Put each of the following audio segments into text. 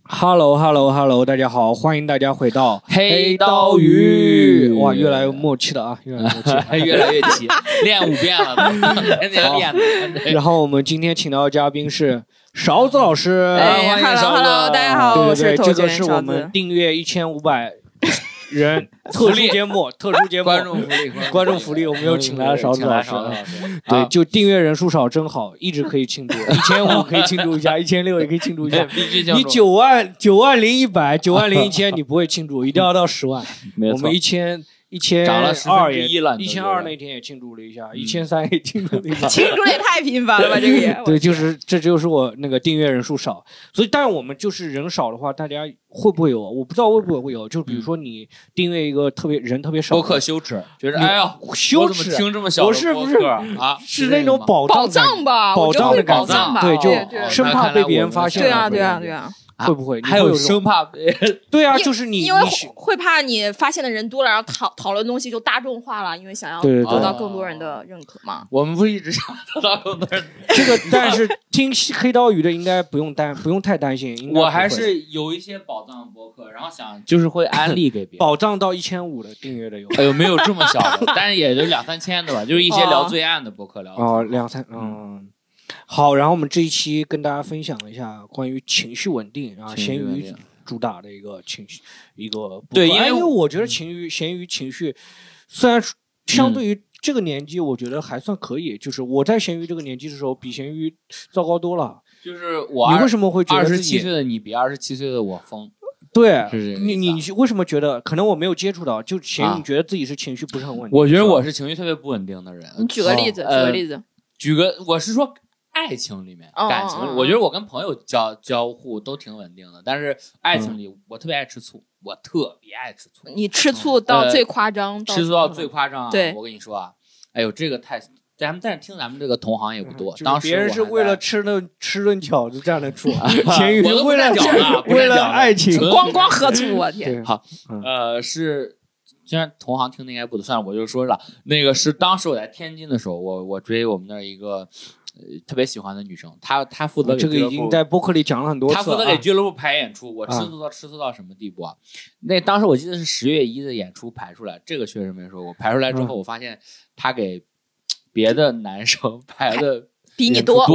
Hello，大家好，欢迎大家回到黑刀鱼。 哇，越来越默契了啊，越来越默契， 越来越齐，练5遍了，天天练的。 然后我们今天请到的嘉宾是勺子老师， 欢迎勺子。 Hello， 大家好，我是这个是我们订阅1500人特殊节目，观众福利，我们又请来了勺子老师。对，就订阅人数少真好，一直可以庆祝，1500可以庆祝一下，1600也可以庆祝一下。你9万0100、9万011000，你不会庆祝，一定要到10万。我们1200 涨了1/10了 ，1200那天也庆祝了一下，1300也庆祝了一下， 庆祝的也太频繁了吧，这个也。 对，这就是我那个订阅人数少，所以但是我们就是人少的话，大家会不会有？我不知道会不会有，就比如说你订阅一个人特别少， 播客羞耻，觉得哎呀羞耻， 听这么小的播客啊， 是那种宝藏吧， 宝藏的感觉，对，就生怕被别人发现。 对啊。 会不会？ 还有生怕对啊，就是你因为会怕你发现的人多了，然后讨论东西就大众化了，因为想要得到更多人的认可嘛。 我们不一直想得到更多人这个，但是听黑刀鱼的应该不用太担心。 我还是有一些宝藏播客，然后想就是会安利给别人。 宝藏到1500的订阅的有？ 哎呦，没有这么小的，但是也就2-3千的吧，就是一些聊罪案的播客聊。 哦，2-3，好，然后我们这一期跟大家分享一下关于情绪稳定啊，闲鱼主打的一个情绪对， 因为我觉得闲鱼情绪虽然相对于这个年纪，我觉得还算可以。就是我在闲鱼这个年纪的时候，比闲鱼糟糕多了。 就是我， 你为什么会觉得 27岁的你比27岁的我疯？ 对，你为什么觉得？可能我没有接触到，就闲鱼，你觉得自己是情绪不是很稳定？ 我觉得我是情绪特别不稳定的人。 你举个例子， 我是说。爱情里面，感情里，我觉得我跟朋友交互都挺稳定的，但是爱情里我特别爱吃醋， 你吃醋到最夸张， 吃醋到最夸张。 对， 我跟你说啊，哎呦，这个太，但是听咱们这个同行也不多，当时别人是为了吃顿饺子站得住，咸鱼我为了爱情， 光喝醋，我天。 好，是。虽然同行听的应该不多，算了，我就说了，那个是当时我在天津的时候，我追我们那儿一个特别喜欢的女生，她负责这个已经在播客里讲了很多次了。 她负责给俱乐部排演出，我吃醋到什么地步啊？那当时我记得是10月1的演出排出来，这个确实没说过。排出来之后，我发现她给别的男生排的比你多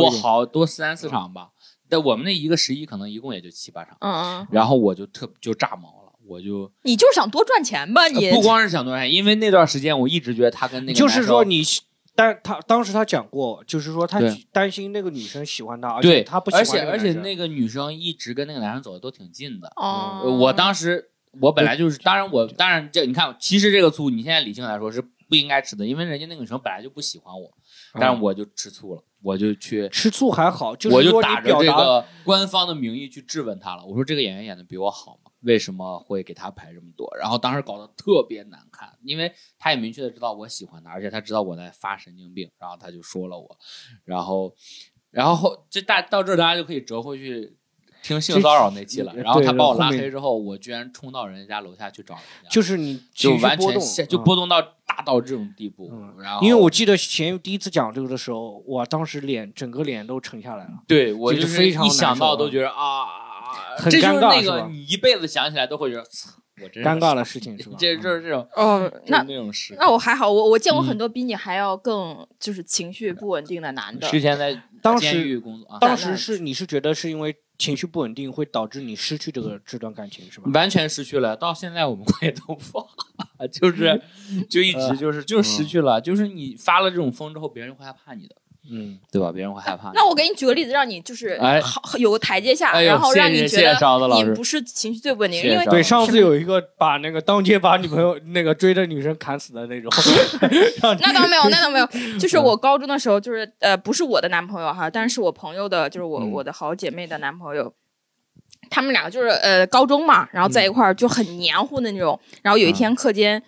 3-4场吧，但我们那一个11可能一共也就7-8场，然后我就炸毛了。 你就是想多赚钱吧？你不光是想多赚钱，因为那段时间我一直觉得他跟那个就是说但他当时他讲过，就是说他担心那个女生喜欢他，而且他不喜欢而且那个女生一直跟那个男生走的都挺近的。我当时我本来就是，当然这你看，其实这个醋你现在理性来说是不应该吃的，因为人家那个女生本来就不喜欢我，但是我就吃醋了，我就去吃醋还好，就是我就打着这个官方的名义去质问他了。我说这个演员演的比我好吗？为什么会给他排这么多？然后当时搞得特别难看，因为他也明确的知道我喜欢他，而且他知道我在发神经病，然后他就说了我，然后这到这儿大家就可以折回去听性骚扰那期了。然后他把我拉黑之后，我居然冲到人家楼下去找人家， 就是你就完全就波动到大到这种地步。然后因为我记得咸鱼第一次讲这个的时候，我当时整个脸都沉下来了。 对，我就非常一想到都觉得很尴尬， 这就是那个你一辈子想起来都会觉得我真尴尬的事情是吧？ 这就是这种那种事。 那我还好，我见过很多比你还要更就是情绪不稳定的男的。 之前在监狱工作， 当时你是觉得是因为情绪不稳定会导致你失去这段感情是吧？ 完全失去了，到现在我们关系都不好，就一直就失去了，就是你发了这种疯之后，别人会害怕你的。对吧？别人会害怕。 那我给你举个例子，让你就是有个台阶下，然后让你觉得你不是情绪最不稳定。因为对上次有一个把那个当街把女朋友那个追的女生砍死的那种。 那倒没有，就是我高中的时候，就是不是我的男朋友哈，但是我朋友的，就是我的好姐妹的男朋友。他们两个就是高中嘛，然后在一块儿就很黏糊的那种。然后有一天课间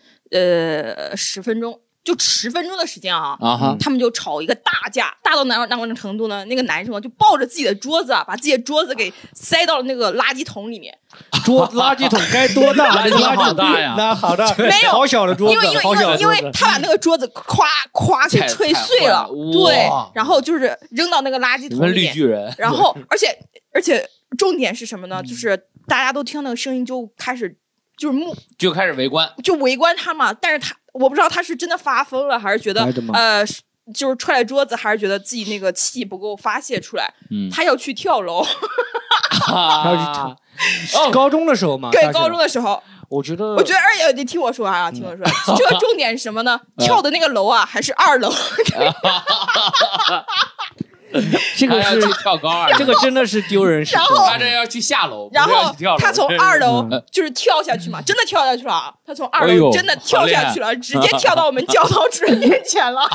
10分钟。就10分钟的时间他们就吵一个大架，大到哪种程度呢？那个男生就抱着自己的桌子把自己的桌子给塞到了那个垃圾桶里面。 垃圾桶该多大？ 垃圾桶好大呀！ 那好大， 没有好小的桌子， 因为他把那个桌子夸给吹碎了，对，然后就是扔到那个垃圾桶里面。 绿巨人。 然后而且重点是什么呢？就是大家都听那个声音就开始就开始围观他嘛。但是我不知道他是真的发疯了，还是觉得就是踹了桌子，还是觉得自己那个气不够发泄出来，他要去跳楼。 他要去跳。高中的时候嘛， 对，高中的时候。 我觉得， 而且你听我说啊，听我说，这个重点是什么呢？跳的那个楼啊，还是2楼。 这个是跳高啊， 这个真的是丢人。 然后他这要去下楼， 然后他从2楼就是跳下去嘛，真的跳下去了。他从2楼真的跳下去了，直接跳到我们教导主任面前了。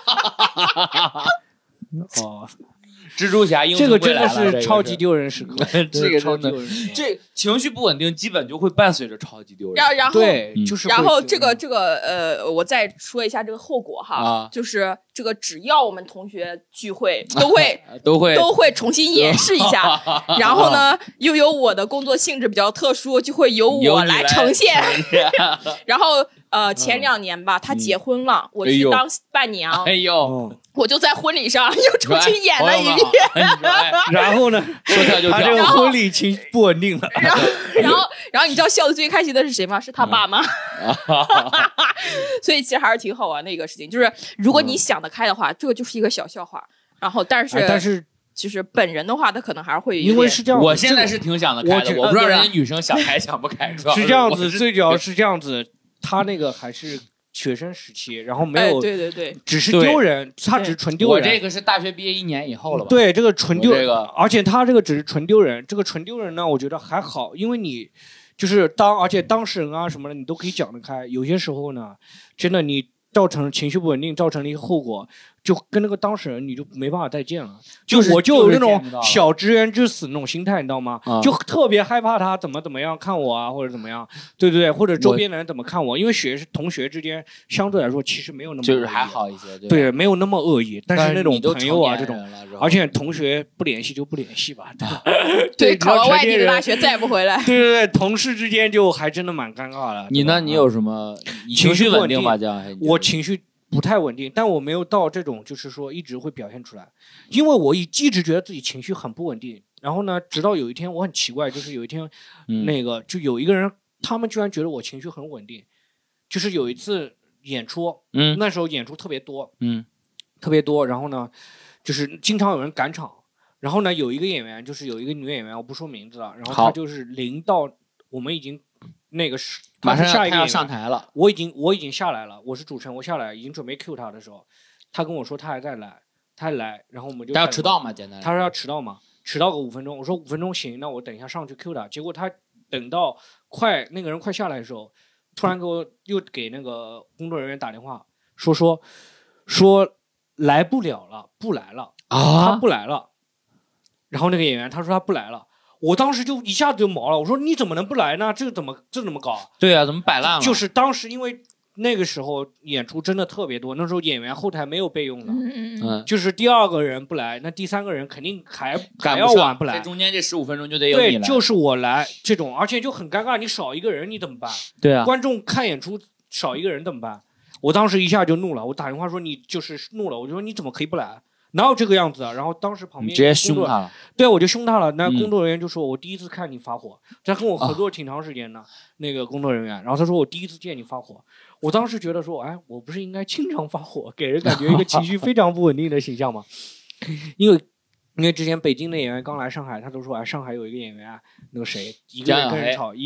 哦。 蜘蛛侠这个真的是超级丢人时刻， 这个超级丢人。这情绪不稳定，基本就会伴随着超级丢人。 然后对，就是然后这个我再说一下这个后果哈，就是这个只要我们同学聚会都会重新演示一下，然后呢又有我的工作性质比较特殊，就会由我来呈现。然后前2年吧，他结婚了，我去当伴娘。 哎呦。 我就在婚礼上又重新演了一遍， 然后呢， 说跳就跳， 他这个婚礼情绪不稳定了。 然后你知道笑得最开心的是谁吗？是他爸妈。所以其实还是挺好玩的一个事情，就是如果你想得开的话，这个就是一个小笑话。然后但是就是本人的话，他可能还是会因为是这样， 我现在是挺想得开的，我不知道人家女生想开想不开。 是这样子，最主要是这样子，他那个还是。学生时期，然后没有， 对， 只是丢人，他只是纯丢人。 我这个是大学毕业1年以后了吧？ 对，这个纯丢人，而且他这个只是纯丢人。这个纯丢人呢，我觉得还好，因为你就是而且当事人啊什么的，你都可以讲得开。有些时候呢，真的你造成情绪不稳定，造成了一个后果，就跟那个当事人你就没办法再见了。我就有那种小职员之死那种心态，你知道吗？就特别害怕他怎么样看我啊，或者怎么样，对，或者周边的人怎么看我，因为同学之间相对来说其实没有那么就是还好一些， 对，没有那么恶意。但是那种朋友啊这种，而且同学不联系就不联系吧， 对，考了外地的大学再也不回来。 对，同事之间就还真的蛮尴尬的。 你呢？你有什么情绪稳定吗？ 我情绪不太稳定，但我没有到这种就是说一直会表现出来，因为我一直觉得自己情绪很不稳定。然后呢，直到有一天我很奇怪，就是有一天那个就有一个人，他们居然觉得我情绪很稳定。就是有一次演出，那时候演出特别多，特别多。然后呢，就是经常有人赶场。然后呢，有一个演员，就是有一个女演员，我不说名字了。然后她就是临到我们已经那个是马上下一个要上台了， 我已经下来了，我是主持人，我下来已经准备 cue 他的时候，他跟我说他还在来，他还来，然后我们就他要迟到嘛，简单。 他说要迟到嘛，迟到个5分钟。我说5分钟行，那我等一下上去 cue 他。结果他等到那个人快下来的时候，突然给那个工作人员打电话，说来不了了，不来了啊，他不来了。然后那个演员他说他不来了。我当时就一下子就毛了，我说你怎么能不来呢？这怎么搞？ 对啊，怎么摆烂了？ 就是当时因为那个时候演出真的特别多，那时候演员后台没有备用的，就是第2个人不来，那第3个人肯定还要晚不来。 这中间这15分钟就得有你来。 对，就是我来这种，而且就很尴尬，你少一个人你怎么办？ 对啊， 观众看演出少一个人怎么办？我当时一下就怒了，我打电话说你就是怒了，我就说你怎么可以不来？哪有这个样子啊？然后当时旁边直接凶他了， 对，我就凶他了。那工作人员就说：“我第一次看你发火。”他跟我合作挺长时间的，那个工作人员。然后他说：“我第一次见你发火。”我当时觉得说：“哎，我不是应该经常发火，给人感觉一个情绪非常不稳定的形象吗？”因为之前北京的演员刚来上海，他都说：“哎，上海有一个演员，那个谁，一个月跟人吵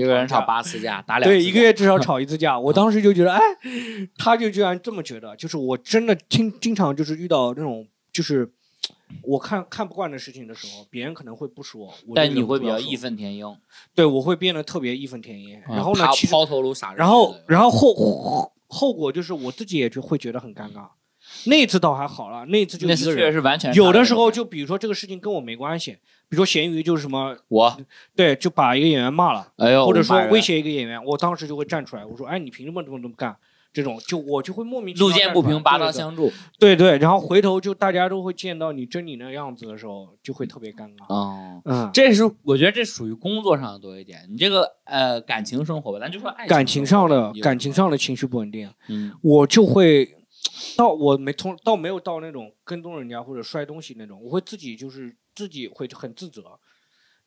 8次架，打2次。” 对，一个月至少吵1次架。我当时就觉得，哎，他就居然这么觉得，就是我真的经常就是遇到那种。就是我看不惯的事情的时候，别人可能会不说， 但你会比较义愤填膺。 对，我会变得特别义愤填膺。然后呢， 抛头颅洒热血。 然后后果就是我自己也会觉得很尴尬。那一次倒还好了，那一次就一个人是完全有的时候就比如说这个事情跟我没关系，比如说咸鱼就是什么对，就把一个演员骂了，或者说威胁一个演员，我当时就会站出来，我说：“哎，你凭什么这么干？”这种我就会莫名其妙路见不平拔刀相助， 对，然后回头就大家都会见到你狰狞的样子的时候，就会特别尴尬。 这是我觉得这属于工作上的多一点。你这个感情生活吧，咱就说爱情感情上的情绪不稳定，我就会我没有到那种跟踪人家或者摔东西那种，我会自己会很自责。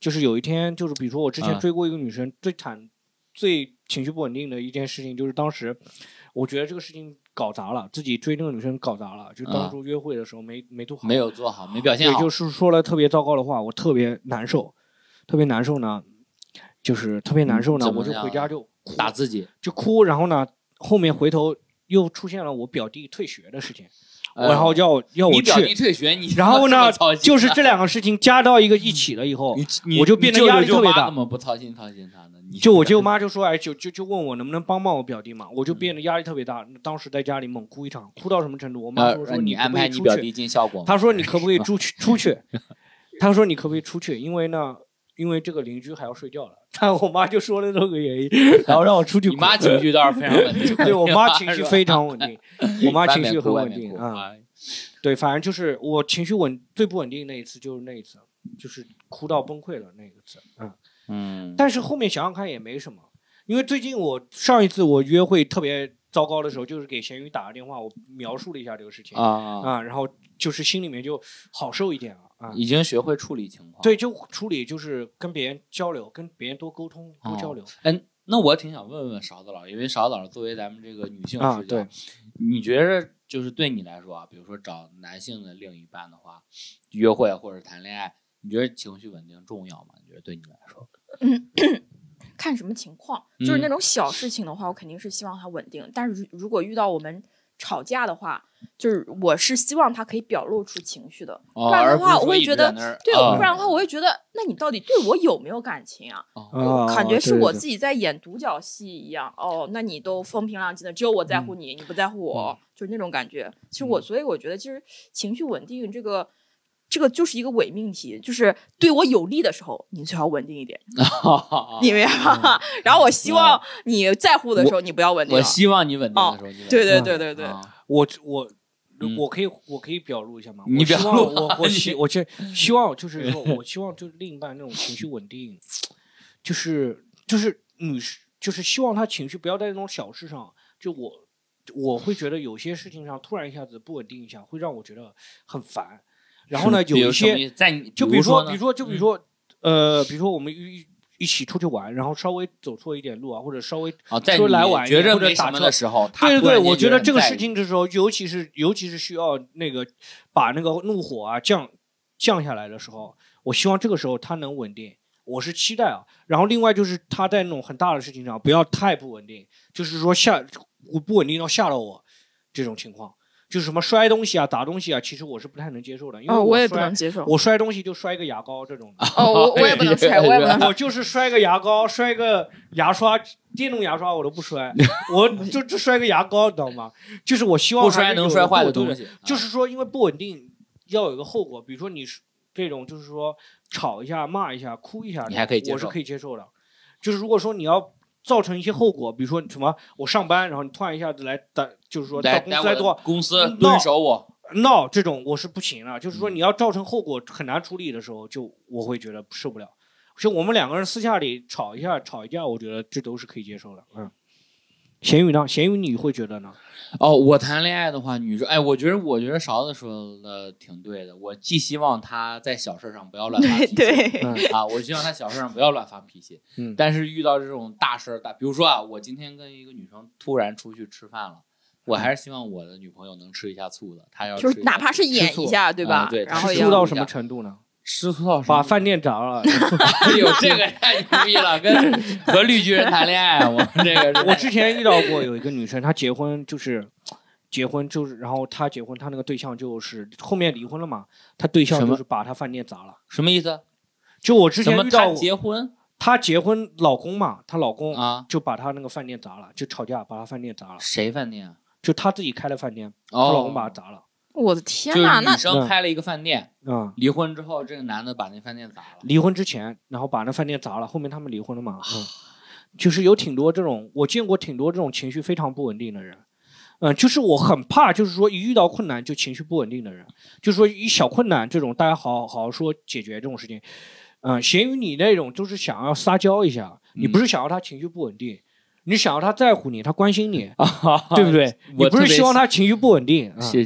就是有一天，就是比如说我之前追过一个女生，最情绪不稳定的一件事情，就是当时我觉得这个事情搞砸了，自己追那个女生搞砸了，就当初约会的时候没做好， 没有做好，没表现好， 就是说了特别糟糕的话，我特别难受，特别难受呢，就是特别难受呢，我就回家就打自己， 就哭，然后呢，后面回头又出现了我表弟退学的事情。然后要我去， 你表弟退学，你然后呢，就是这两个事情加到一起了以后，我就变得压力特别大。 怎么不操心他呢？ 就我舅妈就说，哎，就问我能不能帮我表弟嘛，我就变得压力特别大。当时在家里猛哭一场，哭到什么程度？我妈说你安排你表弟进校广， 她说你可不可以出去？她说你可不可以出去？因为这个邻居还要睡觉了。但我妈就说了这个原因，然后让我出去。 你妈情绪倒是非常稳定， 对我妈情绪非常稳定，我妈情绪很稳定啊。对，反正就是我情绪最不稳定那一次，就是那一次，就是哭到崩溃了那个次。但是后面想想看也没什么，因为最近上一次我约会特别糟糕的时候，就是给咸鱼打个电话，我描述了一下这个事情然后就是心里面就好受一点了。 已经学会处理情况， 对，就处理，就是跟别人交流，跟别人多沟通，多交流。 那我挺想问问勺子老师，因为勺子老师作为咱们这个女性视角， 对， 你觉着就是对你来说比如说找男性的另一半的话，约会或者谈恋爱，你觉得情绪稳定重要吗？你觉得对你来说？ 看什么情况，就是那种小事情的话，我肯定是希望他稳定。但是如果遇到我们吵架的话，就是我是希望他可以表露出情绪的，不然的话我会觉得，对，不然的话我会觉得，那你到底对我有没有感情啊？感觉是我自己在演独角戏一样。那你都风平浪静的，只有我在乎你，你不在乎我，就是那种感觉。其实所以我觉得，其实情绪稳定这个就是一个伪命题，就是对我有利的时候，你最好稳定一点，你明白吗？然后我希望你在乎的时候，你不要稳定。 我希望你稳定的时候，你稳定。 对。 我可以表露一下吗？ 你表露， 我希望就是说，我希望就是另一半那种情绪稳定，就是就是希望他情绪不要在那种小事上，就我会觉得有些事情上突然一下子不稳定一下，会让我觉得很烦。然后呢，有一些就比如说我们一起出去玩，然后稍微走错一点路或者稍微说来晚觉着或者打车的时候， 对，我觉得这个事情的时候，尤其是需要那个把那个怒火降下来的时候，我希望这个时候他能稳定，我是期待然后另外就是他在那种很大的事情上不要太不稳定，就是说不稳定到吓到我这种情况。就是什么摔东西打东西其实我是不太能接受的，因为我也不能接受。 我摔东西就摔个牙膏这种我也不能摔，我也不能。 我就是摔个牙膏，摔个牙刷，电动牙刷我都不摔，我就只摔个牙膏，你知道吗？就是我希望不摔能摔坏的东西。 就是说，因为不稳定要有一个后果，比如说你这种就是说吵一下、骂一下、哭一下， 你还可以接受， 我是可以接受的。就是如果说你要造成一些后果，比如说什么，我上班，然后你突然一下子来打，就是说到公司来多， 公司蹲守我闹这种我是不行了。就是说你要造成后果很难处理的时候，就我会觉得受不了。所以我们两个人私下里吵一架，我觉得这都是可以接受的。咸鱼呢？咸鱼你会觉得呢？ 我谈恋爱的话，女生，我觉得勺子说的挺对的。我既希望她在小事上不要乱发脾气， 对我希望她小事上不要乱发脾气。但是遇到这种大事比如说我今天跟一个女生突然出去吃饭了，我还是希望我的女朋友能吃一下醋的，她要就是哪怕是演一下，对吧？ 对， 然后吃醋到什么程度呢？ 吃醋到把饭店砸了， 这个太牛逼了！和绿巨人谈恋爱，我这个我之前遇到过有一个女生，她结婚就是，然后她结婚，她那个对象就是后面离婚了嘛，她对象就是把她饭店砸了。 什么意思？ 就我之前遇到她结婚老公嘛，她老公就把她那个饭店砸了，就吵架把她饭店砸了。 谁饭店啊？ 就她自己开的饭店，她老公把她砸了。 我的天哪！ 就是女生开了一个饭店，离婚之后，这个男的把那饭店砸了。 离婚之前，然后把那饭店砸了，后面他们离婚了嘛？就是有挺多这种，我见过挺多这种情绪非常不稳定的人。就是我很怕，就是说一遇到困难就情绪不稳定的人，就是说一小困难这种，大家好好说解决这种事情。咸鱼你那种就是想要撒娇一下，你不是想要他情绪不稳定。你想要他在乎你，他关心你，对不对？你不是希望他情绪不稳定。 谢谢。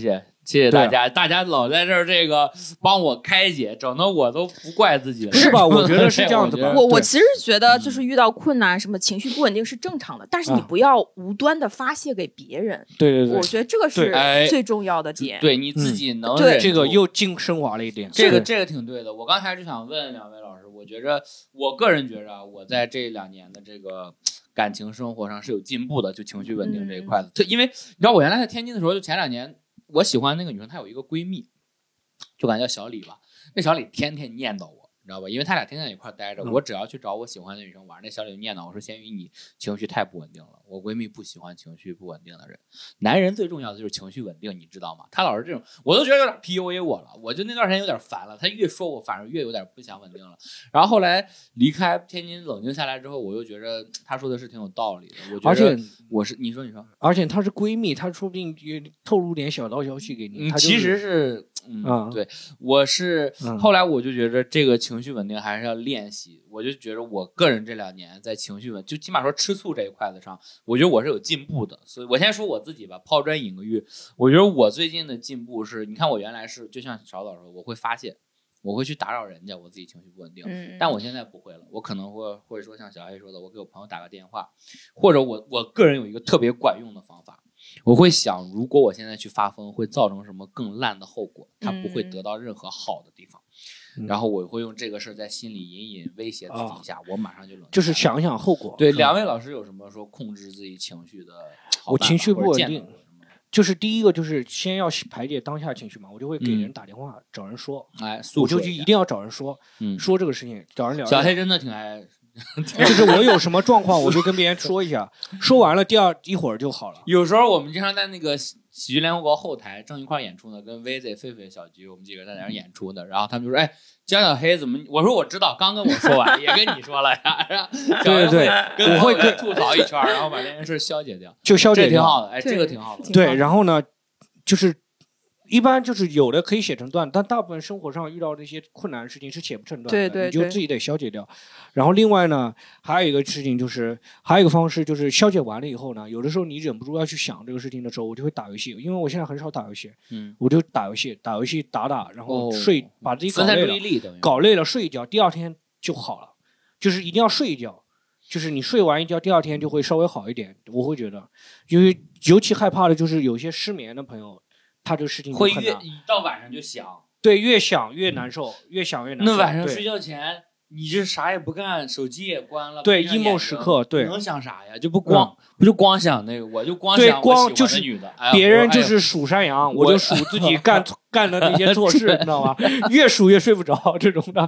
谢谢大家，大家老在这个帮我开解，整得我都不怪自己了， 是吧？我觉得是这样子吧。 我其实觉得就是遇到困难，什么情绪不稳定是正常的，但是你不要无端的发泄给别人。 对， 我觉得这个是最重要的点。 对你自己能对这个又更升华了一点。 这个挺对的。我刚才就想问两位老师，我个人觉着我在这2年的这个感情生活上是有进步的，就情绪稳定这一块的。因为你知道我原来在天津的时候，就前2年。我喜欢那个女生，她有一个闺蜜，就管叫小李吧。那小李天天念叨我，你知道吧？因为他俩天天在一块待着，我只要去找我喜欢的女生玩，那小李就念叨我说：“咸鱼，你情绪太不稳定了。”我闺蜜不喜欢情绪不稳定的人。男人最重要的就是情绪稳定，你知道吗？他老是这种，我都觉得有点 PUA 我了。我就那段时间有点烦了，他越说我反而越有点不想稳定了。然后后来离开天津冷静下来之后，我又觉得他说的是挺有道理的。我觉得你说， 而且她是闺蜜，她说不定透露点小道消息给你。 其实是。对，我是后来我就觉得这个情绪稳定还是要练习。我就觉得我个人这2年在情绪稳，就起码说吃醋这一块子上，我觉得我是有进步的。所以我先说我自己吧，抛砖引玉。我觉得我最近的进步是，你看我原来是就像勺子说，我会发泄，我会去打扰人家，我自己情绪不稳定。但我现在不会了，我可能会说像小黑说的，我给我朋友打个电话，或者我个人有一个特别管用的方法。我会想，如果我现在去发疯，会造成什么更烂的后果？他不会得到任何好的地方。然后我会用这个事在心里隐隐威胁自己一下，我马上就冷静。 就是想想后果。 对，两位老师有什么说控制自己情绪的好办法？ 我情绪不稳定，就是第一个就是先要排解当下情绪嘛，我就会给人打电话，找人说，我就一定要找人说，说这个事情，找人聊。 小黑真的挺爱。 就是我有什么状况，我就跟别人说一下，说完了一会儿就好了。 有时候我们经常在那个喜剧联合国后台正一块演出呢，跟 VZ、狒狒、小菊我们几个在那儿演出呢，然后他们就说：“哎，江小黑怎么？”我说：“我知道，刚跟我说完，也跟你说了呀。” 对， 我会跟吐槽一圈，然后把这件事消解掉， 就消解掉， 这挺好的。哎，这个挺好的。 对，然后呢，就是。一般就是有的可以写成段，但大部分生活上遇到这些困难的事情是写不成段的， 对， 你就自己得消解掉。然后另外呢，还有一个事情就是，还有一个方式就是消解完了以后呢，有的时候你忍不住要去想这个事情的时候，我就会打游戏，因为我现在很少打游戏，我就打游戏，打，然后睡，把自己搞累了， 分散注意力， 搞累了睡一觉，第二天就好了，就是一定要睡一觉。就是你睡完一觉，第二天就会稍微好一点。我会觉得，因为尤其害怕的就是有些失眠的朋友。他这个事情会越到晚上就想， 对，越想越难受，越想越难受。 那晚上睡觉前，你这啥也不干，手机也关了， 对，emo 时刻，对， 能想啥呀？就不光想那个，我就光想我喜欢的女的， 别人就是数山羊，我就数自己干的那些错事，你知道吗？越数越睡不着，这种的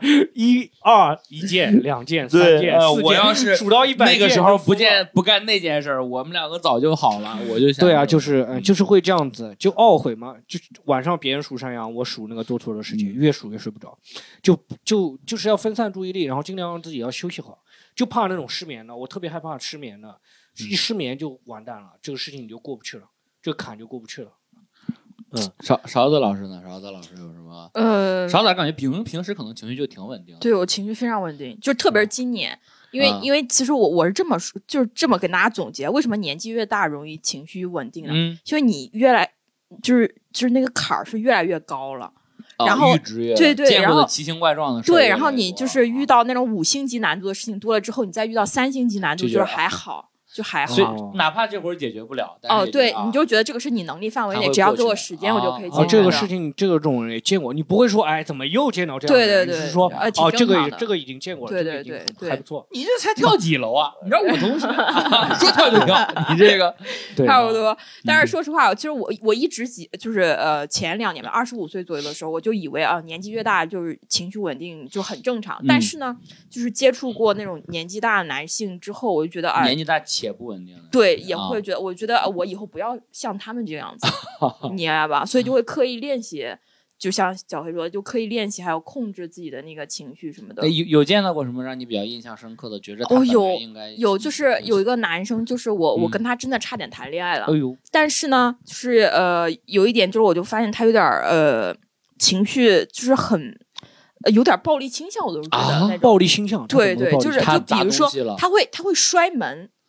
，1、2，1件、2件、3件、4件， 我要是数到100件， 那个时候不干那件事，我们2个早就好了。我就想， 对啊，就是会这样子，就懊悔嘛。就晚上别人数山羊，我数那个做错的事情，越数越睡不着，就是要分散注意力，然后尽量让自己要休息好，就怕那种失眠的，我特别害怕失眠的，一失眠就完蛋了，这个事情你就过不去了，这个坎就过不去了。 勺子老师呢？勺子老师有什么？勺子感觉平时可能情绪就挺稳定的。 对，我情绪非常稳定，就特别是今年，因为其实我是这么说，就是这么跟大家总结，为什么年纪越大容易情绪稳定呢？因为你越来就是那个坎儿是越来越高了。然后对， 见过的奇形怪状的事， 对，然后你就是遇到那种5星级难度的事情多了之后，你再遇到3星级难度就是还好。就还好， 哪怕这会儿解决不了， 对，你就觉得这个是你能力范围内，只要给我时间，我就可以解决。 这个事情，这种人也见过，你不会说，哎，怎么又见到这样的人？ 对， 是说，这个已经见过了， 对， 还不错。 你这才跳几楼啊？你知道我同学说跳就跳，你这个差不多。但是说实话，其实我一直就是前2年吧，25岁左右的时候，我就以为年纪越大就是情绪稳定就很正常。但是呢，就是接触过那种年纪大的男性之后，我就觉得年纪大且不稳定的， 对，也会觉得，我觉得我以后不要像他们这样子，你明白吧？所以就会刻意练习，就像小黑说的，就刻意练习，还有控制自己的那个情绪什么的。 有见到过什么让你比较印象深刻的？觉着他应该有，就是有一个男生，就是我跟他真的差点谈恋爱了，但是呢，就是有一点就是，我就发现他有点情绪就是很。有点暴力倾向，我都是觉得那种暴力倾向， 对，就比如说他会摔门。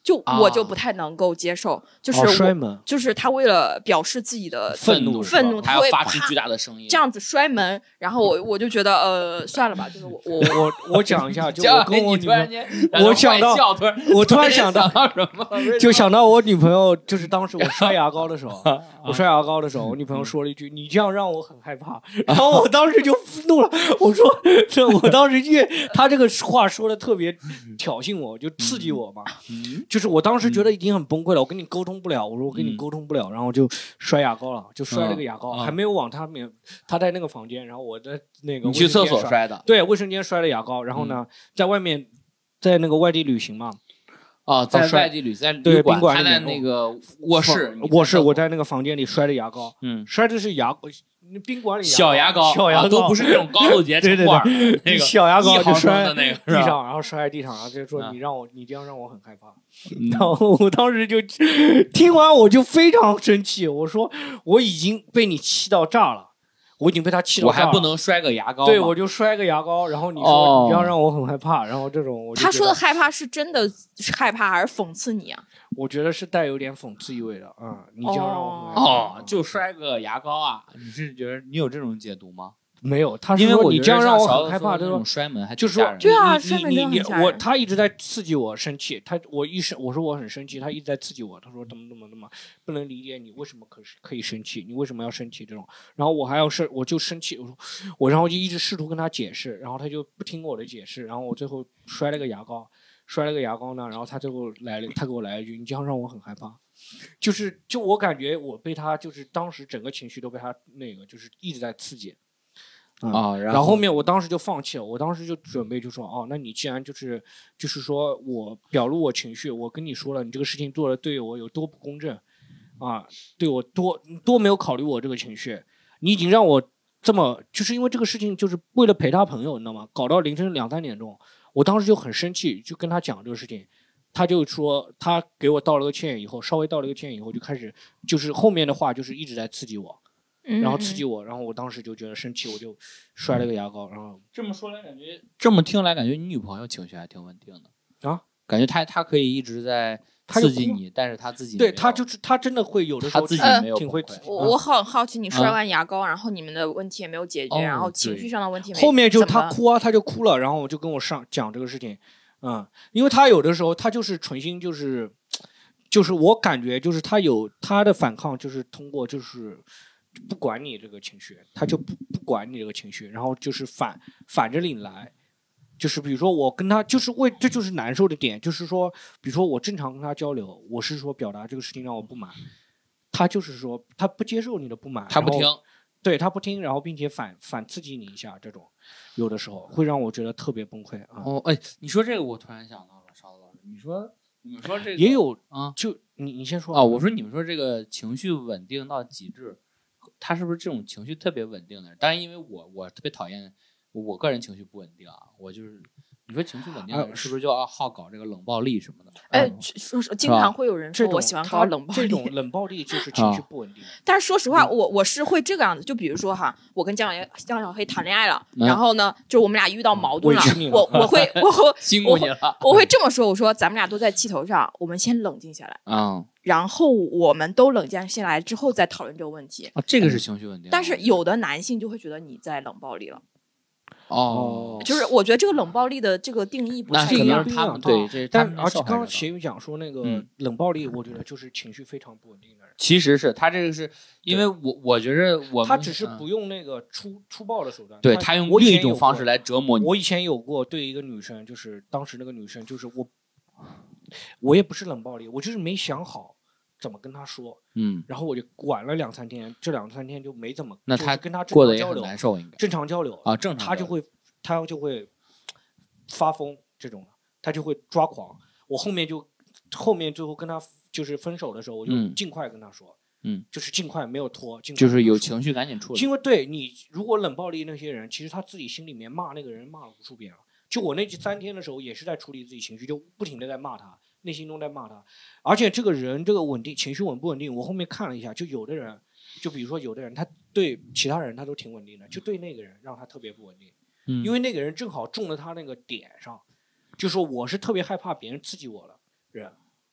就我就不太能够接受，就是摔门， 就是他为了表示自己的愤怒， 他会发出巨大的声音， 这样子摔门，然后我就觉得算了吧，就是我讲一下，就我跟我女朋友，我突然想到什么， 就想到我女朋友，就是当时我摔牙膏的时候，我女朋友说了一句：“你这样让我很害怕。”然后我当时就怒了，我说：“我当时因为他这个话说的特别挑衅我，就刺激我嘛。就是我当时觉得已经很崩溃了，我跟你沟通不了，我说我跟你沟通不了，然后就摔牙膏了，就摔了个牙膏，还没有往他在那个房间，然后我在那个你去厕所摔的， 对，卫生间摔了牙膏，然后呢，在外面，在那个外地旅行嘛。 在外地旅在对宾馆他在那个卧室， 我在那个房间里摔的牙膏，摔的是宾馆里小牙膏，都不是那种高露洁对罐，那个小牙膏就摔在那个地上，然后摔在地上，然后就说你这样让我很害怕。然后我当时就听完我就非常生气，我说我已经被你气到炸了。我已经被他气到， 我还不能摔个牙膏， 对，我就摔个牙膏，然后你说你要让我很害怕，然后这种他说的害怕是真的是害怕还是讽刺你啊？ 我觉得是带有点讽刺意味的啊！你这样让我很害怕就摔个牙膏啊？你是觉得你有这种解读吗？ 没有，他说你这样让我很害怕， 这种摔门还就说对啊，摔门真的很吓人。 他一直在刺激我生气，我说我很生气，他一直在刺激我，他说怎么不能理解你为什么可以生气，你为什么要生气这种，然后我就生气，然后就一直试图跟他解释，然后他就不听我的解释，然后我最后摔了个牙膏呢，然后他最后他给我来一句，你这样让我很害怕。就我感觉我被他就是当时整个情绪都被他那个就是一直在刺激。然后后面我当时就放弃了，我当时就准备就说那你既然就是说我表露我情绪，我跟你说了，你这个事情做的对我有多不公正对我多没有考虑我这个情绪，你已经让我这么就是因为这个事情就是为了陪他朋友，你知道吗？搞到凌晨2-3点钟，我当时就很生气，就跟他讲这个事情，他就说他给我道了个歉以后，稍微道了个歉以后，就开始就是后面的话就是一直在刺激我。然后刺激我，然后我当时就觉得生气，我就摔了个牙膏。然后这么说来，这么听来，感觉你女朋友情绪还挺稳定的啊， 感觉她可以一直在刺激你，但是她自己对她真的会有的时候她自己没有挺会。 我很好奇，你摔完牙膏，然后你们的问题也没有解决，然后情绪上的问题没后面就她哭她就哭了，然后我就跟我讲这个事情，因为她有的时候她就是存心就是我感觉就是她有她的反抗，就是通过就是不管你这个情绪，她就不管你这个情绪，然后就是反着你来。就是比如说我跟他就是这就是难受的点，就是说比如说我正常跟他交流，我是说表达这个事情让我不满，他就是说他不接受你的不满， 他不听， 对他不听，然后并且反刺激你一下，这种有的时候会让我觉得特别崩溃啊。 你说这个我突然想到了，勺子老师，你们说这个也有就你先说我说你们说这个情绪稳定到极致，他是不是这种情绪特别稳定的人？当然因为我特别讨厌。我个人情绪不稳定我就是你说情绪稳定的人是不是就要好搞这个冷暴力什么的？ 经常会有人说我喜欢搞冷暴力， 这种冷暴力就是情绪不稳定。 但是说实话，我是会这个样子，就比如说我跟江小黑谈恋爱了，然后呢，就我们俩遇到矛盾了，我会辛苦你了， 我会这么说，我说咱们俩都在气头上，我们先冷静下来然后我们都冷静下来之后再讨论这个问题这个是情绪稳定。 但是有的男性就会觉得你在冷暴力了。 就是我觉得这个冷暴力的这个定义不太一样， 他们对， 但而且刚刚咸鱼讲说那个冷暴力，我觉得就是情绪非常不稳定的人。 其实是他这个是因为我觉得他只是不用那个粗暴的手段， 对他用另一种方式来折磨你。 我以前有过对一个女生，就是当时那个女生就是我也不是冷暴力，我就是没想好怎么跟他说，然后我就管了2-3天，这2-3天就没怎么， 那他跟他过得也很难受，应该正常交流正常他就会发疯这种的，他就会抓狂。我后面最后跟他就是分手的时候，我就尽快跟他说，就是尽快没有拖， 就是有情绪赶紧处理。 因为对你如果冷暴力那些人，其实他自己心里面骂那个人骂了无数遍了。就我那3天的时候，也是在处理自己情绪，就不停的在骂他。内心中在骂他，而且这个人这个稳定情绪稳不稳定，我后面看了一下，就有的人，就比如说有的人他对其他人他都挺稳定的，就对那个人让他特别不稳定，因为那个人正好中了他那个点上，就说我是特别害怕别人刺激我的人，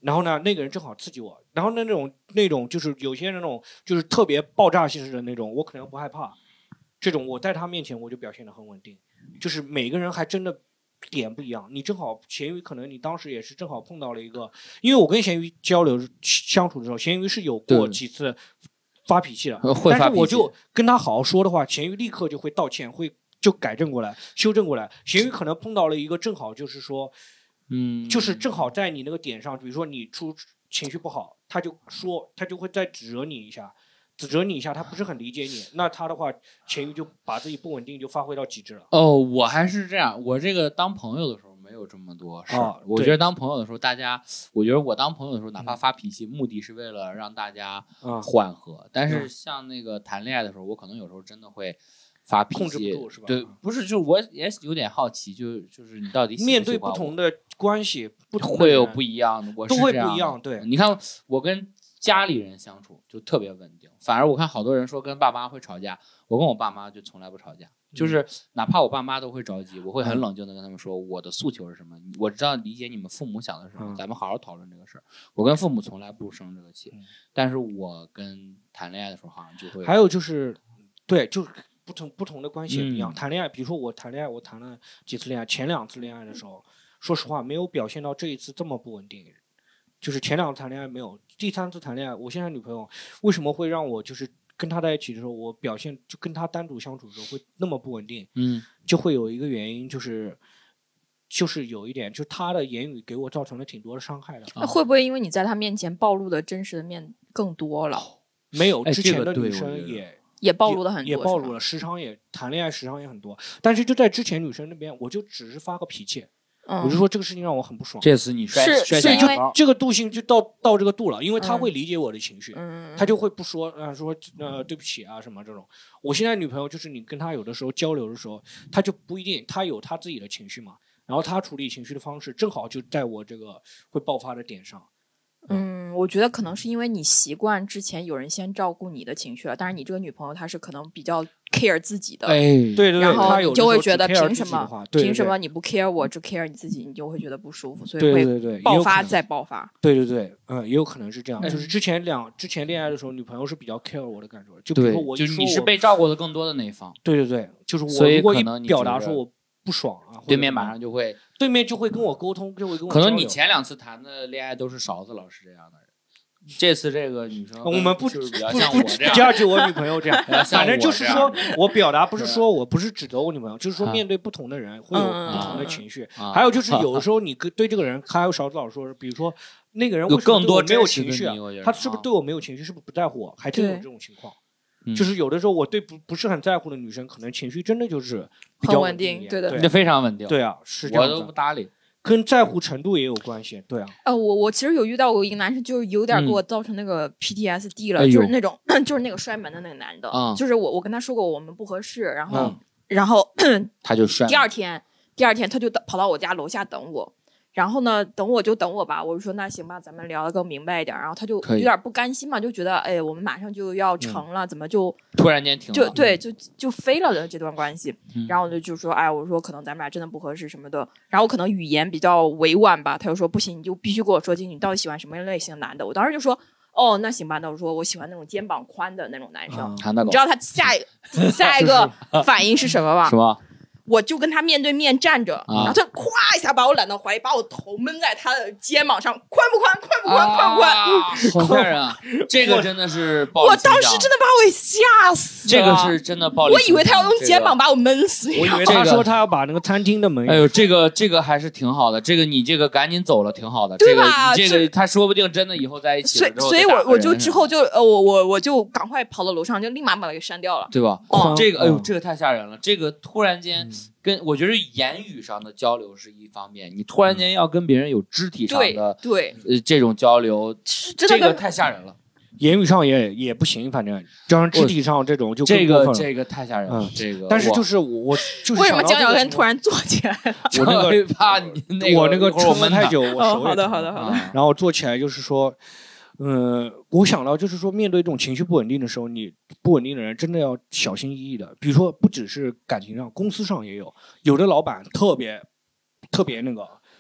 然后呢，那个人正好刺激我，然后那种就是有些人那种就是特别爆炸性质的那种，我可能不害怕，这种我在他面前我就表现得很稳定，就是每个人还真的点不一样。你正好咸鱼可能你当时也是正好碰到了一个，因为我跟咸鱼交流相处的时候，咸鱼是有过几次发脾气的，但是我就跟他好好说的话，咸鱼立刻就会道歉，会就改正过来，修正过来。咸鱼可能碰到了一个正好就是说。就是正好在你那个点上，比如说你出情绪不好，他就会再指责你一下，他不是很理解你，那他的话，咸鱼就把自己不稳定就发挥到极致了。 哦，我还是这样，我这个当朋友的时候没有这么多事儿。我觉得当朋友的时候，我觉得我当朋友的时候，哪怕发脾气，目的是为了让大家缓和。但是像那个谈恋爱的时候，我可能有时候真的会。发脾气， 控制不住是吧？ 对，不是，就是我也有点好奇，就是你到底面对不同的关系， 会有不一样的， 都会不一样。对， 你看我跟家里人相处就特别稳定，反而我看好多人说跟爸妈会吵架，我跟我爸妈就从来不吵架，就是哪怕我爸妈都会着急，我会很冷静的跟他们说我的诉求是什么，我知道理解你们父母想的是什么，咱们好好讨论这个事儿。我跟父母从来不生这个气，但是我跟谈恋爱的时候好像就会。 还有就是，对，就是。不同的关系也不一样。谈恋爱，比如说我谈恋爱，我谈了几次恋爱，前2次恋爱的时候，说实话没有表现到这一次这么不稳定。就是前2次谈恋爱没有，第3次谈恋爱，我现在女朋友为什么会让我就是跟她在一起的时候，我表现就跟她单独相处的时候会那么不稳定？就会有一个原因就是有一点，就她的言语给我造成了挺多的伤害的。 那会不会因为你在她面前暴露的真实的面更多了？ 没有，之前的女生也暴露的很多， 也暴露了，谈恋爱时长也很多。但是就在之前女生那边，我就只是发个脾气，我就说这个事情让我很不爽。 这次你是因为这个度性就到这个度了，因为他会理解我的情绪，他就会不说说对不起啊什么这种。我现在女朋友就是你跟她有的时候交流的时候，她就不一定，她有她自己的情绪嘛，然后她处理情绪的方式正好就在我这个会爆发的点上。 我觉得可能是因为你习惯之前有人先照顾你的情绪了，但是你这个女朋友她是可能比较 care 自己的， 对， 然后你就会觉得凭什么你不 care 我，只 care 你自己，你就会觉得不舒服，所以会爆发再爆发。 对，也有可能是这样。就是之前恋爱的时候，女朋友是比较 care 我的感受，就比如说我， 就是你是被照顾的更多的那一方。 对，就是我如果一表达说我不爽啊， 对面马上就会跟我沟通，就会跟我可能你前2次谈的恋爱都是勺子老师这样的人，这次这个女生我们不比较像我这样， 第二句我女朋友这样，反正就是说我表达不是说我不是指责我女朋友，就是说面对不同的人会有不同的情绪，还有就是有的时候你对这个人，还有勺子老师说，比如说那个人有更多没有情绪，他是不是对我没有情绪，是不是不在乎我，还真有这种情况。就是有的时候我对不是很在乎的女生，可能情绪真的就是比较稳定，对的， 那非常稳定。 对啊，是这样的， 我都不搭理， 跟在乎程度也有关系。对啊， 我其实有遇到过一个男生，就是有点给我造成那个 PTSD 了，就是那种就是那个摔门的那个男的，就是我跟他说过我们不合适，然后他就摔。 第二天他就跑到我家楼下等我。然后呢，等我吧，我就说那行吧，咱们聊得更明白一点。然后他就有点不甘心嘛，就觉得我们马上就要成了，怎么就突然间停了？ 就飞了的这段关系。然后我就说，我说可能咱们俩真的不合适什么的。然后可能语言比较委婉吧，他就说不行，你就必须跟我说清楚你到底喜欢什么类型的男的。我当时就说那行吧，那我说我喜欢那种肩膀宽的那种男生。你知道他下一个反应是什么吧？ 什么？ 我就跟他面对面站着，然后他咵一下把我揽到怀里，把我头闷在他的肩膀上，宽不宽？ 好吓人啊！这个真的是暴力倾向， 我当时真的把我给吓死了。 这个是真的暴力倾向， 我以为他要用肩膀把我闷死。 我以为他说他要把那个餐厅的门。 哎呦，这个还是挺好的，这个你这个赶紧走了挺好的， 对吧？ 这个他说不定真的以后在一起了之后， 所以我就之后就我就赶快跑到楼上，就立马把他给删掉了， 对吧？这个这个太吓人了，这个突然间。我觉得言语上的交流是一方面，你突然间要跟别人有肢体上的这种交流，这个太吓人了。 言语上也不行，反正当然肢体上这种就这个太吓人了。这个， 但是就是我就是为什么江小根突然坐起来了？ 我那个怕你我那个撑了太久，我手好的。 然后坐起来就是说。我想到就是说，面对这种情绪不稳定的时候，你不稳定的人真的要小心翼翼的。比如说，不只是感情上，公司上也有的老板特别那个，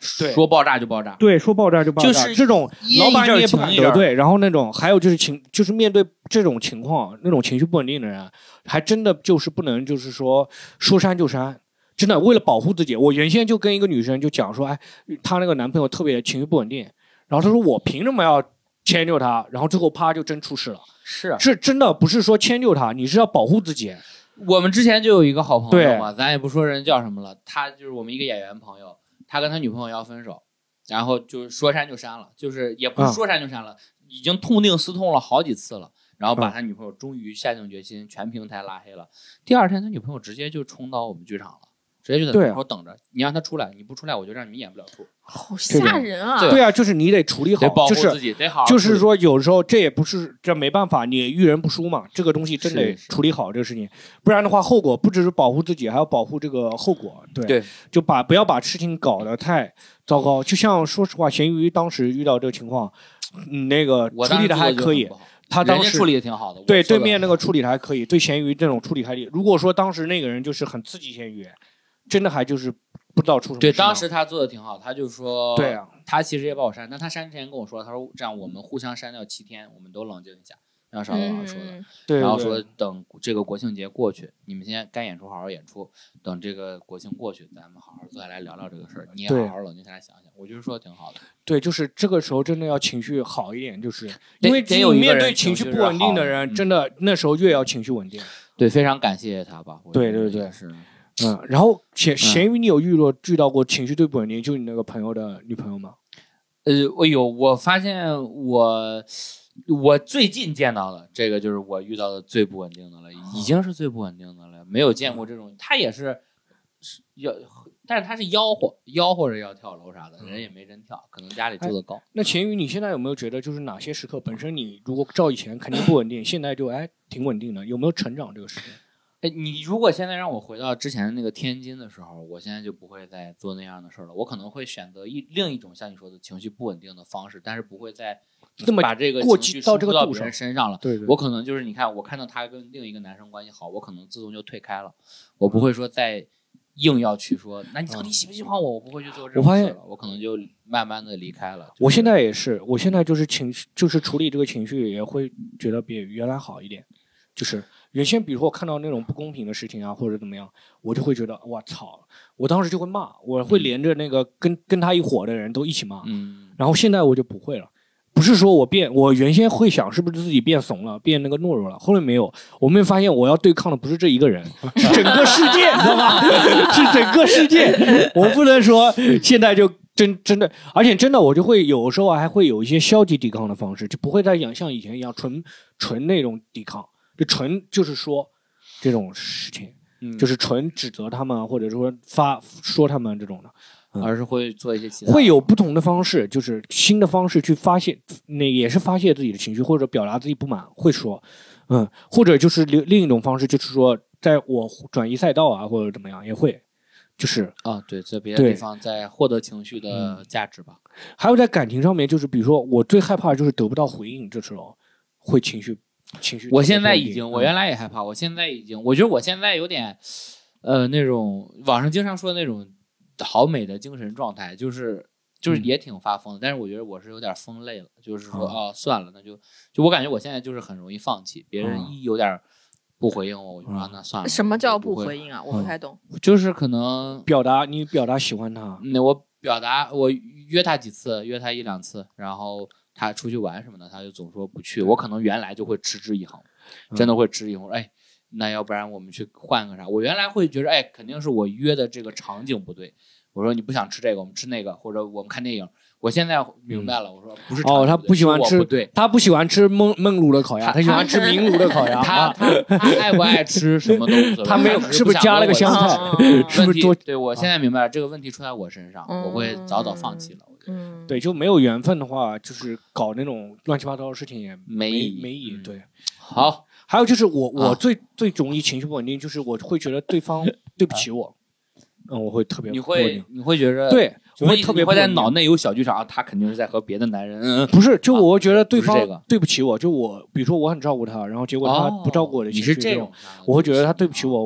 说爆炸就爆炸， 对，说爆炸就爆炸， 就是这种老板你也不敢得罪。然后那种还有就是面对这种情况，那种情绪不稳定的人，还真的就是不能就是说删就删。真的为了保护自己，我原先就跟一个女生就讲说，哎，她那个男朋友特别情绪不稳定，然后她说我凭什么要迁就他？然后最后啪就真出事了。是真的不是说迁就他，你是要保护自己。 我们之前就有一个好朋友嘛，咱也不说人叫什么了，他就是我们一个演员朋友，他跟他女朋友要分手，然后就是说删就删了，就是也不是说删就删了，已经痛定思痛了好几次了，然后把他女朋友终于下定决心全平台拉黑了。第二天他女朋友直接就冲到我们剧场了。直接就在门口等着，你让他出来，你不出来我就让你们演不了出。 好吓人啊！ 对啊，就是你得处理好， 得保护自己，得好。 就是说，有时候这也不是这没办法，你遇人不淑嘛，这个东西真得处理好这个事情，不然的话后果不只是保护自己，还要保护这个后果。对，就不要把事情搞得太糟糕。就像说实话，咸鱼当时遇到这个情况，那个处理的还可以。他当时处理的挺好的， 对对面那个处理的还可以，对咸鱼这种处理还可以。如果说当时那个人就是很刺激咸鱼。真的还就是不知道出什么事。 对，当时他做的挺好，他就说， 对啊， 他其实也把我删，但他删之前跟我说，他说这样我们互相删掉7天，我们都冷静一下，让邵老师说的， 对， 然后说等这个国庆节过去，你们现在该演出好好演出，等这个国庆过去，咱们好好坐下来聊聊这个事儿，你也好好冷静下来想想，我就是说挺好的。 对，就是这个时候真的要情绪好一点，就是因为只有面对情绪不稳定的人，真的那时候越要情绪稳定。 对，非常感谢他吧。 对对对， 是。 然后咸鱼，你有遇到过情绪最不稳定，就你那个朋友的女朋友吗？ 我有，我发现我最近见到的这个就是我遇到的最不稳定的了，已经是最不稳定的了，没有见过这种。他也是但是他是吆喝着要跳楼啥的，人也没真跳，可能家里住的高。 那咸鱼，你现在有没有觉得就是哪些时刻本身你如果照以前肯定不稳定，现在就挺稳定的，有没有成长这个事情？ 你如果现在让我回到之前的那个天津的时候，我现在就不会再做那样的事了。我可能会选择另一种像你说的情绪不稳定的方式，但是不会再把这个情绪输出到别人身上了。 对， 我可能就是你看，我看到他跟另一个男生关系好，我可能自动就退开了。我不会说再硬要去说，那你到底喜不喜欢我？我不会去做这种事了。我可能就慢慢的离开了。 我现在也是，我现在就是就是处理这个情绪也会觉得比原来好一点，就是。原先比如说我看到那种不公平的事情啊，或者怎么样，我就会觉得我操，我当时就会骂，我会连着那个跟他一伙的人都一起骂。然后现在我就不会了，不是说我原先会想是不是自己变怂了，变那个懦弱了，后面没有，我们发现我要对抗的不是这一个人，是整个世界，你知道吗？是整个世界，我不能说现在就真的，而且真的我就会有时候还会有一些消极抵抗的方式，就不会再像以前一样纯那种抵抗。就纯就是说这种事情，就是纯指责他们，或者说说他们这种的， 而是会做一些其他， 会有不同的方式，就是新的方式去发泄，那也是发泄自己的情绪或者表达自己不满，会说，或者就是另一种方式，就是说在我转移赛道啊，或者怎么样也会，就是对，在别的地方在获得情绪的价值吧。 还有在感情上面，就是比如说我最害怕的就是得不到回应，这时候会情绪。 我现在已经，我原来也害怕，我现在已经，我觉得我现在有点，那种网上经常说的那种好美的精神状态，就是也挺发疯的，但是我觉得我是有点疯累了，就是说算了，那就我感觉我现在就是很容易放弃，别人一有点不回应我，我就说那算了。 什么叫不回应啊？我不太懂。 就是可能你表达喜欢他， 我约他几次，约他1、2次，然后。他出去玩什么的，他就总说不去。我可能原来就会持之以恒，真的会持之以恒。那要不然我们去换个啥？我原来会觉得，肯定是我约的这个场景不对。我说你不想吃这个，我们吃那个，或者我们看电影。我现在明白了，我说不是场景不对， 他不喜欢吃， 对， 他不喜欢吃焖炉的烤鸭，他喜欢吃明炉的烤鸭。 他爱不爱吃什么都无所谓。 他没有，是不是加了个香菜？是不是多？ 对，我现在明白了，这个问题出在我身上，我会早放弃了。 对，就没有缘分的话，就是搞那种乱七八糟的事情也没意义。对， 好， 还有就是我最容易情绪不稳定，就是我会觉得对方对不起我，我会特别你会觉得对，我会特别会在脑内有小剧场，他肯定是在和别的男人， 不是，就我觉得对方对不起我，就我比如说我很照顾他，然后结果他不照顾我的情绪， 你是这种， 我会觉得他对不起我，我会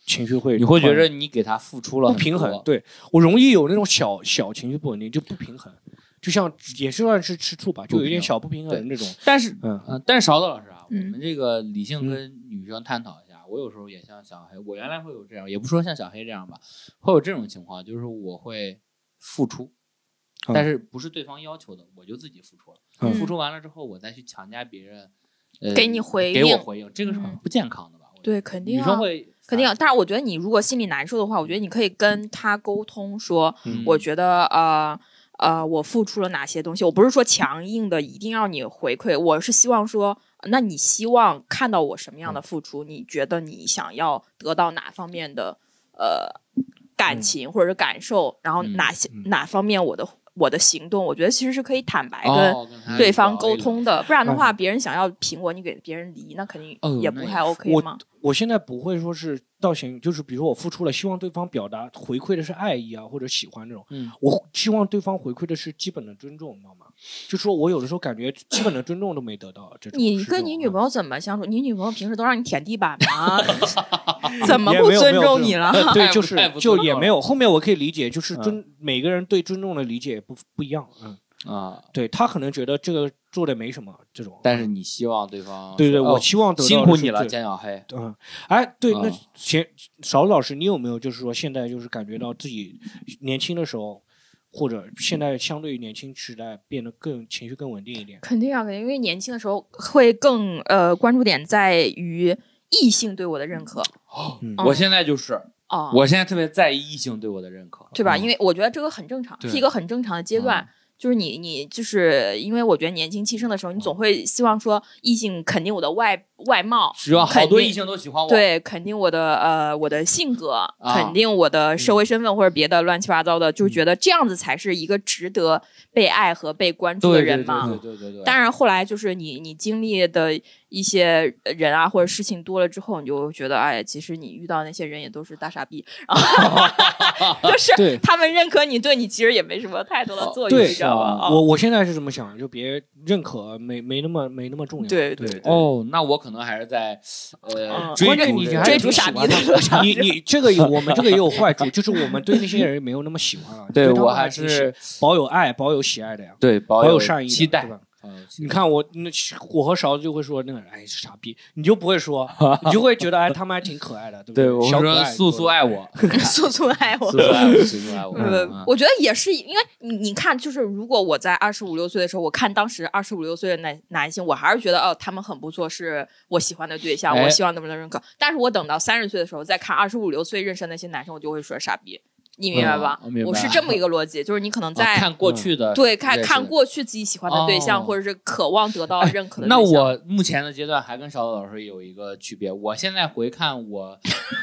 情绪会， 你会觉得你给他付出了不平衡。对，我容易有那种小情绪不稳定，就不平衡。就像也是算是吃醋吧，就有一点小不平衡那种。 但是勺子老师啊，我们这个理性跟女生探讨一下。我有时候也像小黑，我原来会有这样，也不说像小黑这样吧，会有这种情况，就是我会付出，但是不是对方要求的，我就自己付出了。付出完了之后，我再去强加别人， 给你回应， 给我回应，这个是很不健康的吧？ 对，肯定女生会肯定。但是我觉得你如果心里难受的话，我觉得你可以跟他沟通说，我觉得我付出了哪些东西，我不是说强硬的一定要你回馈，我是希望说，那你希望看到我什么样的付出？你觉得你想要得到哪方面的感情或者是感受？然后哪方面我的行动，我觉得其实是可以坦白跟对方沟通的，不然的话，别人想要苹果，你给别人梨，那肯定也不太 OK 嘛。 我现在不会说是到就是比如说我付出了，希望对方表达回馈的是爱意啊或者喜欢这种，我希望对方回馈的是基本的尊重，你知道吗？就说我有的时候感觉基本的尊重都没得到。这种你跟你女朋友怎么相处？你女朋友平时都让你舔地板吗？怎么不尊重你了？ 对，就也没有。后面我可以理解，就是每个人对尊重的理解也不一样。对，他可能觉得这个做的没什么这种， 但是你希望对方对，我希望得到辛苦你了，江小黑。 对，那勺子老师，你有没有就是说现在就是感觉到自己年轻的时候，或者现在相对于年轻时代变得情绪更稳定一点？ 肯定啊，因为年轻的时候会更关注点在于异性对我的认可。 我现在就是我现在特别在意异性对我的认可， 对吧？因为我觉得这个很正常，是一个很正常的阶段。就是你就是因为我觉得年轻气盛的时候，你总会希望说异性肯定我的外貌， 希望好多异性都喜欢我， 对，肯定我的性格，肯定我的社会身份或者别的乱七八糟的，就觉得这样子才是一个值得被爱和被关注的人嘛。 对。 当然后来就是你经历的一些人啊或者事情多了之后，你就觉得哎，其实你遇到那些人也都是大傻逼，然后就是他们认可你，对你其实也没什么太多的作用，你知道吧？ 我现在是这么想，就别认可没那么重要。 对。 那我可能还是在追逐傻逼的路上。 你这个我们这个也有坏处，就是我们对那些人没有那么喜欢了。 对，我还是保有爱、保有喜爱的呀。 对， 保有善意、 期待， 对吧？你看我和勺子就会说那个哎傻逼，你就不会说，你就会觉得哎他们还挺可爱的，对不对？ 我说素爱我， 素爱我， 素爱我。 我觉得也是，因为你看，就是如果我在25、26岁的时候，我看当时25、26岁的男性，我还是觉得他们很不错，是我喜欢的对象，我希望能不能认可。但是我等到30岁的时候再看25、26岁认识的那些男生，我就会说傻逼。你明白吧？我是这么一个逻辑，就是你可能在看过去的， 对，看过去自己喜欢的对象，或者是渴望得到认可的对象。 那我目前的阶段还跟勺子老师有一个区别，我现在回看我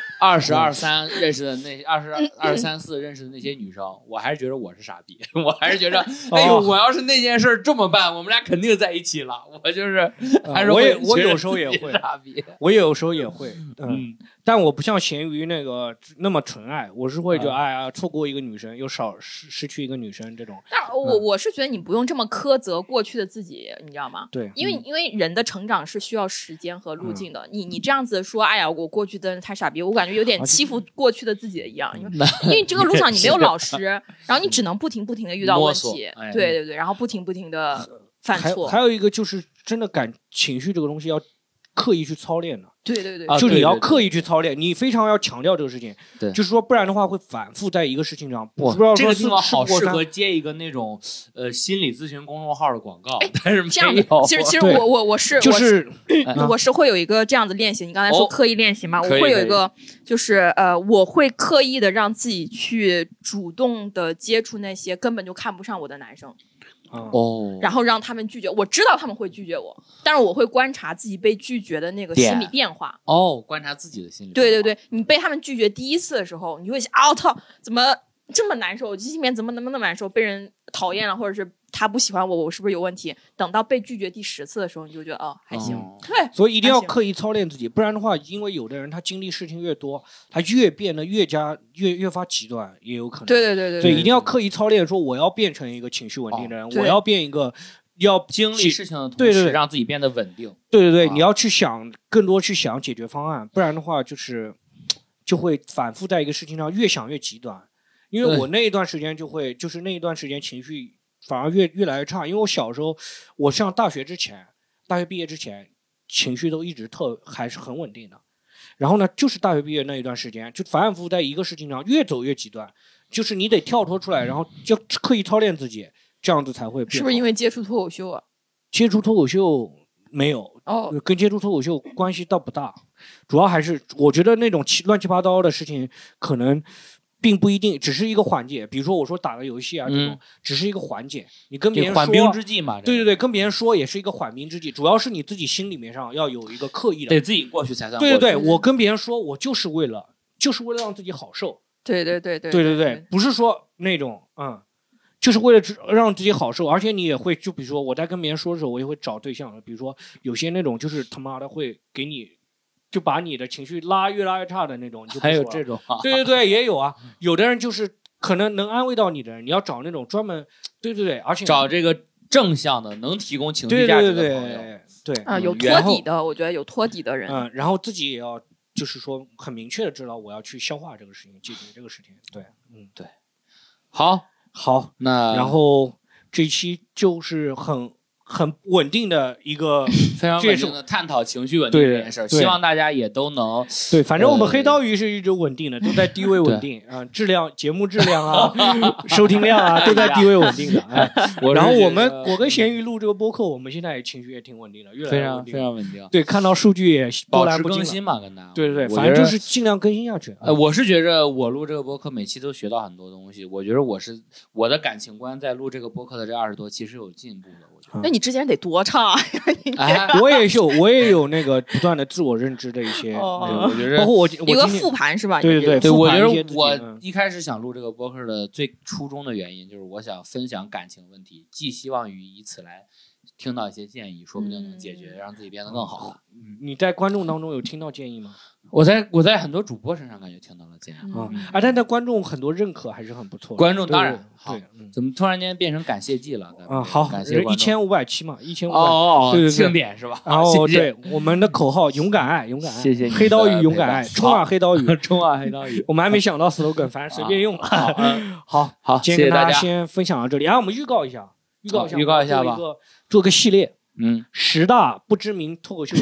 20、23认识的那22、23、24认识的那些女生，我还是觉得我是傻逼，我还是觉得，哎呦，我要是那件事这么办，我们俩肯定在一起了。我就是还是我有时候也会傻逼， 我有时候也会，但我不像咸鱼那个那么纯爱，我是会就哎呀错过一个女生又失去一个女生这种。 但我是觉得你不用这么苛责过去的自己，你知道吗？ 对， 因为人的成长是需要时间和路径的。你这样子说，哎呀，我过去真的太傻逼，我感觉有点欺负过去的自己一样。因为这个路上你没有老师，然后你只能不停的遇到问题，对，然后不停的犯错。 还有一个就是真的情绪这个东西要刻意去操练的。 对， 就你要刻意去操练，你非常要强调这个事情， 对， 就是说不然的话会反复在一个事情上。不知道这个地方好适合接一个那种心理咨询公众号的广告，但是没有。 其实我是会有一个这样子练习。你刚才说刻意练习嘛，我会有一个就是我会刻意的让自己去主动的接触那些根本就看不上我的男生。然后让他们拒绝，我知道他们会拒绝我，但是我会观察自己被拒绝的那个心理变化。 观察自己的心理变化。 对，你被他们拒绝第一次的时候，你就会想我操，怎么这么难受？我心里面怎么那么难受？被人讨厌了，或者是他不喜欢我，我是不是有问题？等到被拒绝第10次的时候，你就觉得还行。对， 所以一定要刻意操练自己，不然的话，因为有的人他经历事情越多，他越变得越发极端，也有可能。 对， 所以一定要刻意操练，说我要变成一个情绪稳定的人，我要变一个要经历事情的同时，让自己变得稳定。 对，你要去想更多，去想解决方案，不然的话就是就会反复在一个事情上越想越极端。因为我那一段时间就是那一段时间情绪反而越来越差。因为我小时候，我上大学毕业之前，情绪都一直还是很稳定的。然后呢，就是大学毕业那一段时间，就反反复复在一个事情上越走越极端，就是你得跳脱出来，然后就刻意操练自己，这样子才会变好。 是不是因为接触脱口秀啊？ 接触脱口秀没有跟接触脱口秀关系倒不大，主要还是我觉得那种乱七八糟的事情可能并不一定，只是一个缓解。比如说我说打个游戏啊，这种只是一个缓解。你跟别人说缓兵之计嘛。 对，跟别人说也是一个缓兵之计，主要是你自己心里面上要有一个刻意的， 得自己过去才算过去。 对，我跟别人说，我就是为了让自己好受。 对， 不是说那种就是为了让自己好受。而且你也会，就比如说我在跟别人说的时候，我也会找对象，比如说有些那种就是他妈的会给你，就把你的情绪越拉越差的那种。 还有这种对，也有啊。有的人就是可能能安慰到你的人，你要找那种专门对，而且找这个正向的能提供情绪价值的朋友。 对啊，有托底的，我觉得有托底的人。 然后自己也要就是说很明确的知道我要去消化这个事情，解决这个事情。对，好， 那然后这一期就是很稳定的一个非常稳定的探讨情绪稳定这件事，希望大家也都能对。反正我们黑刀鱼是一直稳定的，都在低位稳定质量、节目质量啊、收听量啊都在低位稳定的。然后我跟咸鱼录这个播客，我们现在情绪也挺稳定的，越来越稳定， 非常稳定。 对，看到数据也保持更新嘛，跟大家。 对，反正就是尽量更新下去。 我是觉着我录这个播客每期都学到很多东西，我觉得我的感情观在录这个播客的这20多期是有进步的。我觉得那你之前得多差我也有那个不断的自我认知的一些，我觉得包括我有个复盘是吧？ 对， 我觉得我一开始想录这个播客的最初衷的原因就是我想分享感情问题，寄希望于以此来听到一些建议，说不定能解决，让自己变得更好。 你在观众当中有听到建议吗？ 我在很多主播身上感觉听到了建议但在观众很多认可还是很不错的。 观众当然好， 怎么突然间变成感谢季了？ 好， 感谢 1500期嘛，1500对， 庆典是吧？ 然后对我们的口号勇敢爱， 谢谢黑刀鱼勇敢爱，冲啊黑刀鱼， 冲啊黑刀鱼。 我们还没想到 slogan， 反正随便用。好，今天跟大家先分享到这里，我们预告一下吧，做个系列。10大不知名脱口秀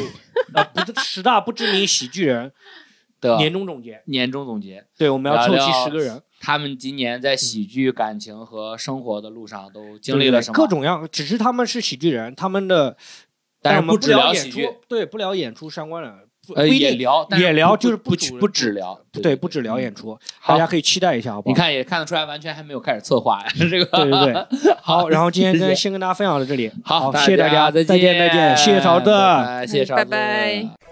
10大不知名喜剧人的年终总结。对，我们要凑齐10个人， 他们今年在喜剧、感情和生活的路上都经历了什么？ 各种样，只是他们是喜剧人，他们的， 但是不只聊喜剧， 对，不聊演出相关的。 也聊， 就是不只聊， 对，不只聊演出，大家可以期待一下，好不好？ 你看也看得出来，完全还没有开始策划呀，这个。 对。好，然后今天先跟大家分享到这里， 好， 谢谢大家，再见，谢谢曹子， 谢谢曹子， 拜拜。